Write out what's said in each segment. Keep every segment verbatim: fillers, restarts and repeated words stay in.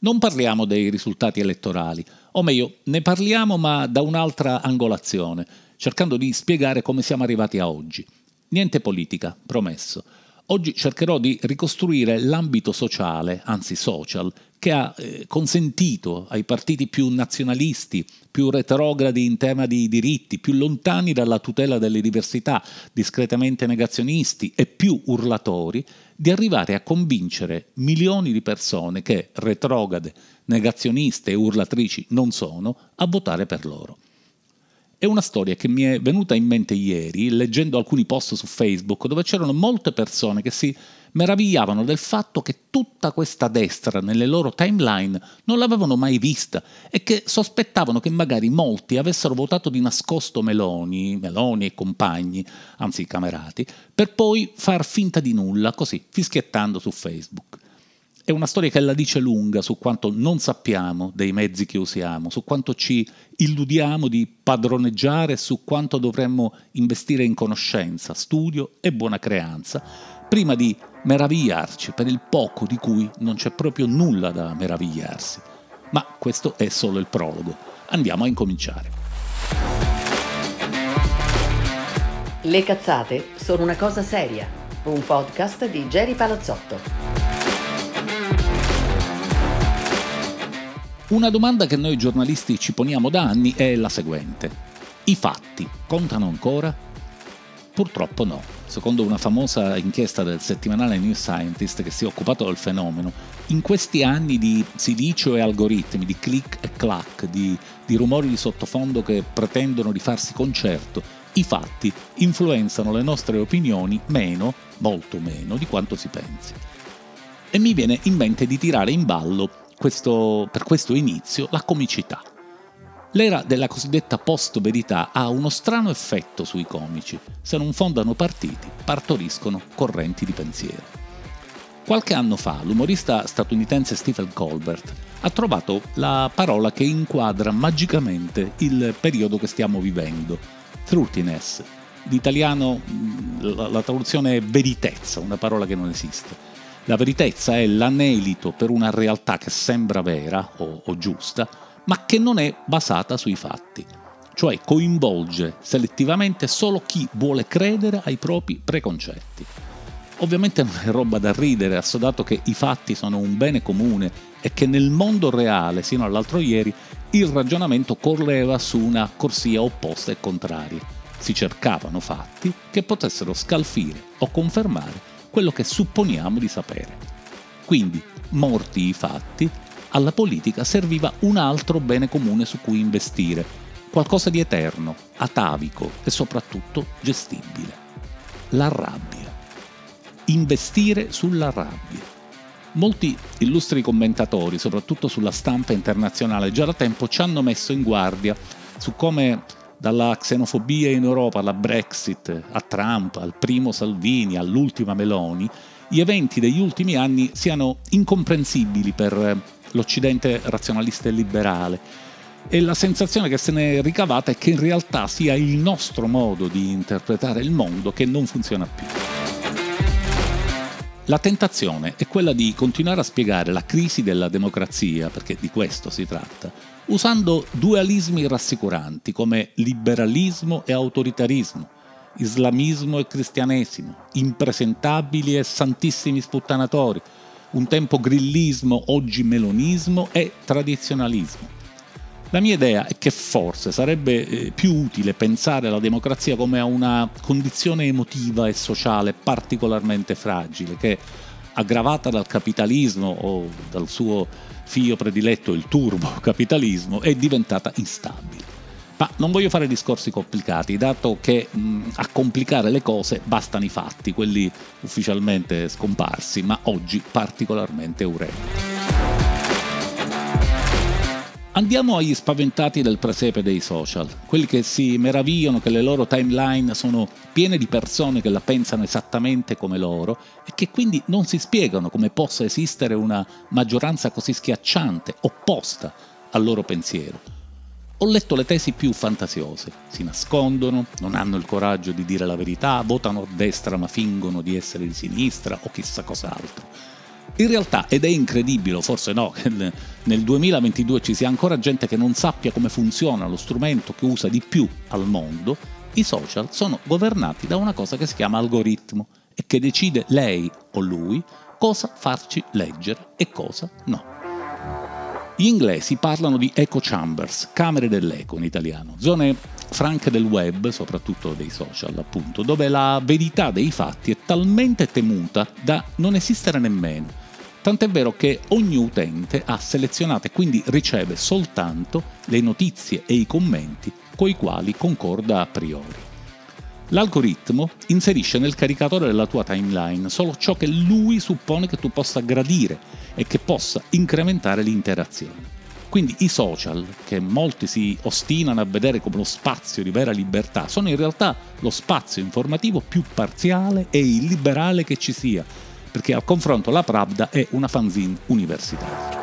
Non parliamo dei risultati elettorali, o meglio, ne parliamo ma da un'altra angolazione, cercando di spiegare come siamo arrivati a oggi. Niente politica, promesso. Oggi cercherò di ricostruire l'ambito sociale, anzi social, che ha eh, consentito ai partiti più nazionalisti, più retrogradi in tema di diritti, più lontani dalla tutela delle diversità, discretamente negazionisti e più urlatori, di arrivare a convincere milioni di persone che retrograde, negazioniste e urlatrici non sono, a votare per loro. È una storia che mi è venuta in mente ieri, leggendo alcuni post su Facebook, dove c'erano molte persone che si meravigliavano del fatto che tutta questa destra nelle loro timeline non l'avevano mai vista e che sospettavano che magari molti avessero votato di nascosto Meloni, Meloni e compagni, anzi camerati, per poi far finta di nulla, così, fischiettando su Facebook. È una storia che la dice lunga su quanto non sappiamo dei mezzi che usiamo, su quanto ci illudiamo di padroneggiare e su quanto dovremmo investire in conoscenza, studio e buona creanza, prima di meravigliarci per il poco di cui non c'è proprio nulla da meravigliarsi. Ma questo è solo il prologo. Andiamo a incominciare. Le cazzate sono una cosa seria. Un podcast di Geri Palazzotto. Una domanda che noi giornalisti ci poniamo da anni è la seguente: i fatti contano ancora? Purtroppo no. Secondo una famosa inchiesta del settimanale New Scientist che si è occupato del fenomeno, in questi anni di silicio e algoritmi, di click e clack, di, di rumori di sottofondo che pretendono di farsi concerto, i fatti influenzano le nostre opinioni meno, molto meno, di quanto si pensi. E mi viene in mente di tirare in ballo Questo, per questo inizio, la comicità. L'era della cosiddetta post-verità ha uno strano effetto sui comici. Se non fondano partiti, partoriscono correnti di pensiero. Qualche anno fa, l'umorista statunitense Stephen Colbert ha trovato la parola che inquadra magicamente il periodo che stiamo vivendo: truthiness. In italiano la, la traduzione è veritezza, una parola che non esiste. La veritezza è l'anelito per una realtà che sembra vera o, o giusta, ma che non è basata sui fatti, cioè coinvolge selettivamente solo chi vuole credere ai propri preconcetti. Ovviamente non è roba da ridere, assodato che i fatti sono un bene comune e che nel mondo reale, sino all'altro ieri, il ragionamento correva su una corsia opposta e contraria. Si cercavano fatti che potessero scalfire o confermare quello che supponiamo di sapere. Quindi, morti i fatti, alla politica serviva un altro bene comune su cui investire, qualcosa di eterno, atavico e soprattutto gestibile: la rabbia. Investire sulla rabbia. Molti illustri commentatori, soprattutto sulla stampa internazionale, già da tempo ci hanno messo in guardia su come dalla xenofobia in Europa alla Brexit, a Trump, al primo Salvini, all'ultima Meloni, gli eventi degli ultimi anni siano incomprensibili per l'Occidente razionalista e liberale, e la sensazione che se ne è ricavata è che in realtà sia il nostro modo di interpretare il mondo che non funziona più. La tentazione è quella di continuare a spiegare la crisi della democrazia, perché di questo si tratta, usando dualismi rassicuranti come liberalismo e autoritarismo, islamismo e cristianesimo, impresentabili e santissimi sputtanatori, un tempo grillismo, oggi melonismo e tradizionalismo. La mia idea è che forse sarebbe eh, più utile pensare alla democrazia come a una condizione emotiva e sociale particolarmente fragile, che, aggravata dal capitalismo o dal suo figlio prediletto, il turbocapitalismo, è diventata instabile. Ma non voglio fare discorsi complicati, dato che mh, a complicare le cose bastano i fatti, quelli ufficialmente scomparsi, ma oggi particolarmente urgenti. Andiamo agli spaventati del presepe dei social, quelli che si meravigliano che le loro timeline sono piene di persone che la pensano esattamente come loro e che quindi non si spiegano come possa esistere una maggioranza così schiacciante, opposta al loro pensiero. Ho letto le tesi più fantasiose: si nascondono, non hanno il coraggio di dire la verità, votano a destra ma fingono di essere di sinistra o chissà cos'altro. In realtà, ed è incredibile, forse no, che nel duemilaventidue ci sia ancora gente che non sappia come funziona lo strumento che usa di più al mondo, i social sono governati da una cosa che si chiama algoritmo e che decide lei o lui cosa farci leggere e cosa no. Gli inglesi parlano di echo chambers, camere dell'eco in italiano, zone franche del web, soprattutto dei social appunto, dove la verità dei fatti è talmente temuta da non esistere nemmeno. Tant'è vero che ogni utente ha selezionato e quindi riceve soltanto le notizie e i commenti coi quali concorda a priori. L'algoritmo inserisce nel caricatore della tua timeline solo ciò che lui suppone che tu possa gradire e che possa incrementare l'interazione. Quindi i social, che molti si ostinano a vedere come lo spazio di vera libertà, sono in realtà lo spazio informativo più parziale e illiberale che ci sia, perché al confronto la Pravda è una fanzine universitaria.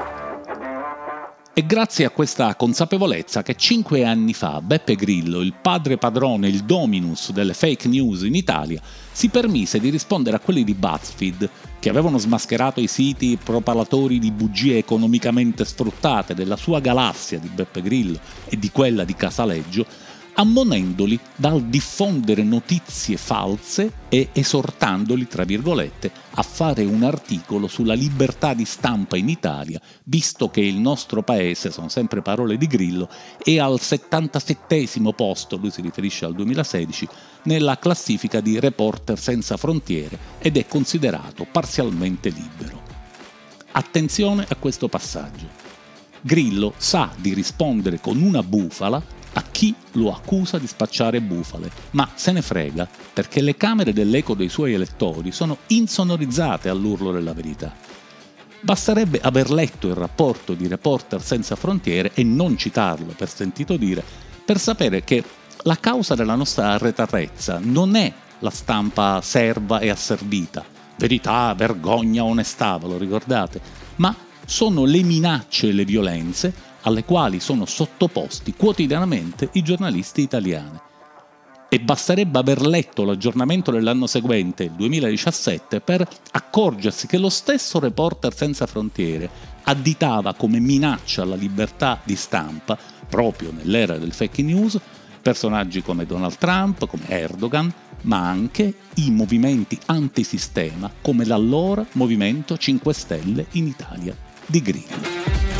È grazie a questa consapevolezza che cinque anni fa Beppe Grillo, il padre padrone, il dominus delle fake news in Italia, si permise di rispondere a quelli di BuzzFeed, che avevano smascherato i siti propalatori di bugie economicamente sfruttate della sua galassia di Beppe Grillo e di quella di Casaleggio, ammonendoli dal diffondere notizie false e esortandoli, tra virgolette, a fare un articolo sulla libertà di stampa in Italia, visto che il nostro paese, sono sempre parole di Grillo, è al settantasettesimo posto, lui si riferisce al duemilasedici, nella classifica di Reporter Senza Frontiere ed è considerato parzialmente libero. Attenzione a questo passaggio. Grillo sa di rispondere con una bufala a chi lo accusa di spacciare bufale, ma se ne frega perché le camere dell'eco dei suoi elettori sono insonorizzate all'urlo della verità. Basterebbe aver letto il rapporto di Reporter Senza Frontiere e non citarlo per sentito dire, per sapere che la causa della nostra arretratezza non è la stampa serva e asservita, verità, vergogna, onestà, ve lo ricordate? Ma sono le minacce e le violenze alle quali sono sottoposti quotidianamente i giornalisti italiani. E basterebbe aver letto l'aggiornamento dell'anno seguente, il duemiladiciassette, per accorgersi che lo stesso Reporter Senza Frontiere additava come minaccia alla libertà di stampa, proprio nell'era del fake news, personaggi come Donald Trump, come Erdogan, ma anche i movimenti antisistema come l'allora Movimento cinque Stelle in Italia di Grillo.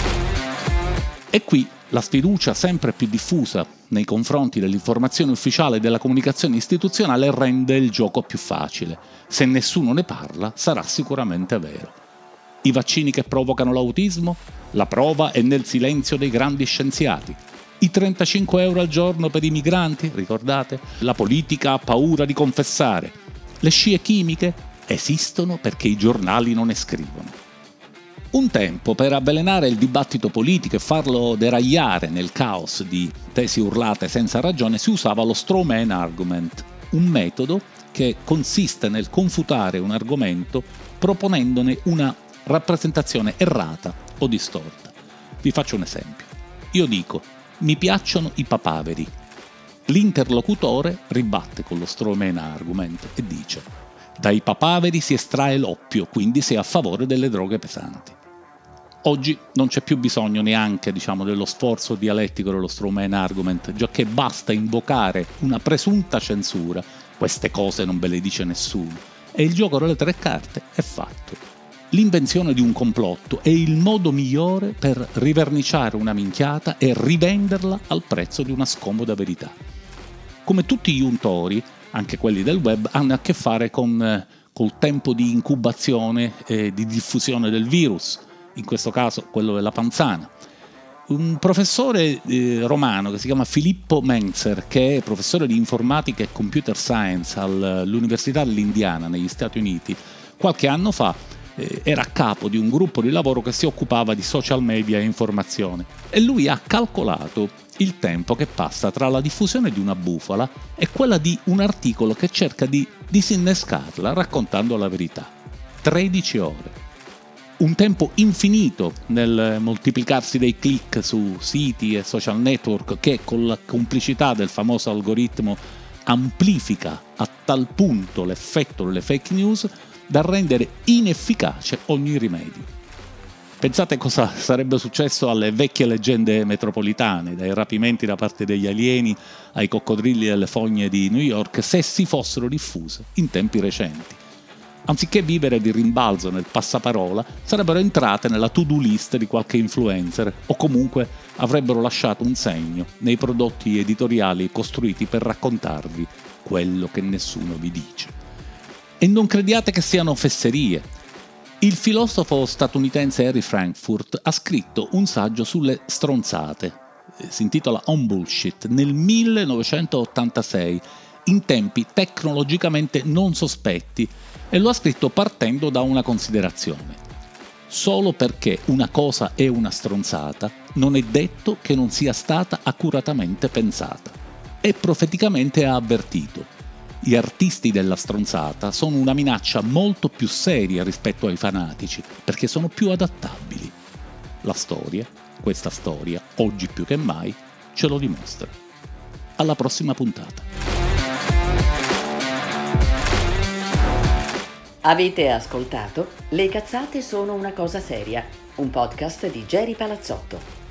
E qui la sfiducia sempre più diffusa nei confronti dell'informazione ufficiale e della comunicazione istituzionale rende il gioco più facile. Se nessuno ne parla, sarà sicuramente vero. I vaccini che provocano l'autismo? La prova è nel silenzio dei grandi scienziati. I trentacinque euro al giorno per i migranti? Ricordate? La politica ha paura di confessare. Le scie chimiche? Esistono perché i giornali non ne scrivono. Un tempo, per avvelenare il dibattito politico e farlo deragliare nel caos di tesi urlate senza ragione, si usava lo straw man argument, un metodo che consiste nel confutare un argomento proponendone una rappresentazione errata o distorta. Vi faccio un esempio. Io dico, mi piacciono i papaveri. L'interlocutore ribatte con lo straw man argument e dice, dai papaveri si estrae l'oppio, quindi sei a favore delle droghe pesanti. Oggi non c'è più bisogno neanche, diciamo, dello sforzo dialettico dello straw man argument, giacché basta invocare una presunta censura, queste cose non ve le dice nessuno, e il gioco delle tre carte è fatto. L'invenzione di un complotto è il modo migliore per riverniciare una minchiata e rivenderla al prezzo di una scomoda verità. Come tutti gli untori, anche quelli del web, hanno a che fare con eh, col tempo di incubazione e di diffusione del virus, in questo caso quello della panzana. Un professore eh, romano che si chiama Filippo Menzer, che è professore di informatica e computer science all'Università dell'Indiana negli Stati Uniti, qualche anno fa eh, era a capo di un gruppo di lavoro che si occupava di social media e informazione, e lui ha calcolato il tempo che passa tra la diffusione di una bufala e quella di un articolo che cerca di disinnescarla raccontando la verità. tredici ore. Un tempo infinito nel moltiplicarsi dei click su siti e social network che con la complicità del famoso algoritmo amplifica a tal punto l'effetto delle fake news da rendere inefficace ogni rimedio. Pensate cosa sarebbe successo alle vecchie leggende metropolitane, dai rapimenti da parte degli alieni ai coccodrilli e alle fogne di New York, se si fossero diffuse in tempi recenti. Anziché vivere di rimbalzo nel passaparola, sarebbero entrate nella to-do list di qualche influencer o comunque avrebbero lasciato un segno nei prodotti editoriali costruiti per raccontarvi quello che nessuno vi dice. E non crediate che siano fesserie. Il filosofo statunitense Harry Frankfurt ha scritto un saggio sulle stronzate, si intitola On Bullshit, nel millenovecentottantasei, in tempi tecnologicamente non sospetti, e lo ha scritto partendo da una considerazione. Solo perché una cosa è una stronzata, non è detto che non sia stata accuratamente pensata. E profeticamente ha avvertito: gli artisti della stronzata sono una minaccia molto più seria rispetto ai fanatici, perché sono più adattabili. La storia, questa storia, oggi più che mai, ce lo dimostra. Alla prossima puntata. Avete ascoltato Le cazzate sono una cosa seria, un podcast di Geri Palazzotto.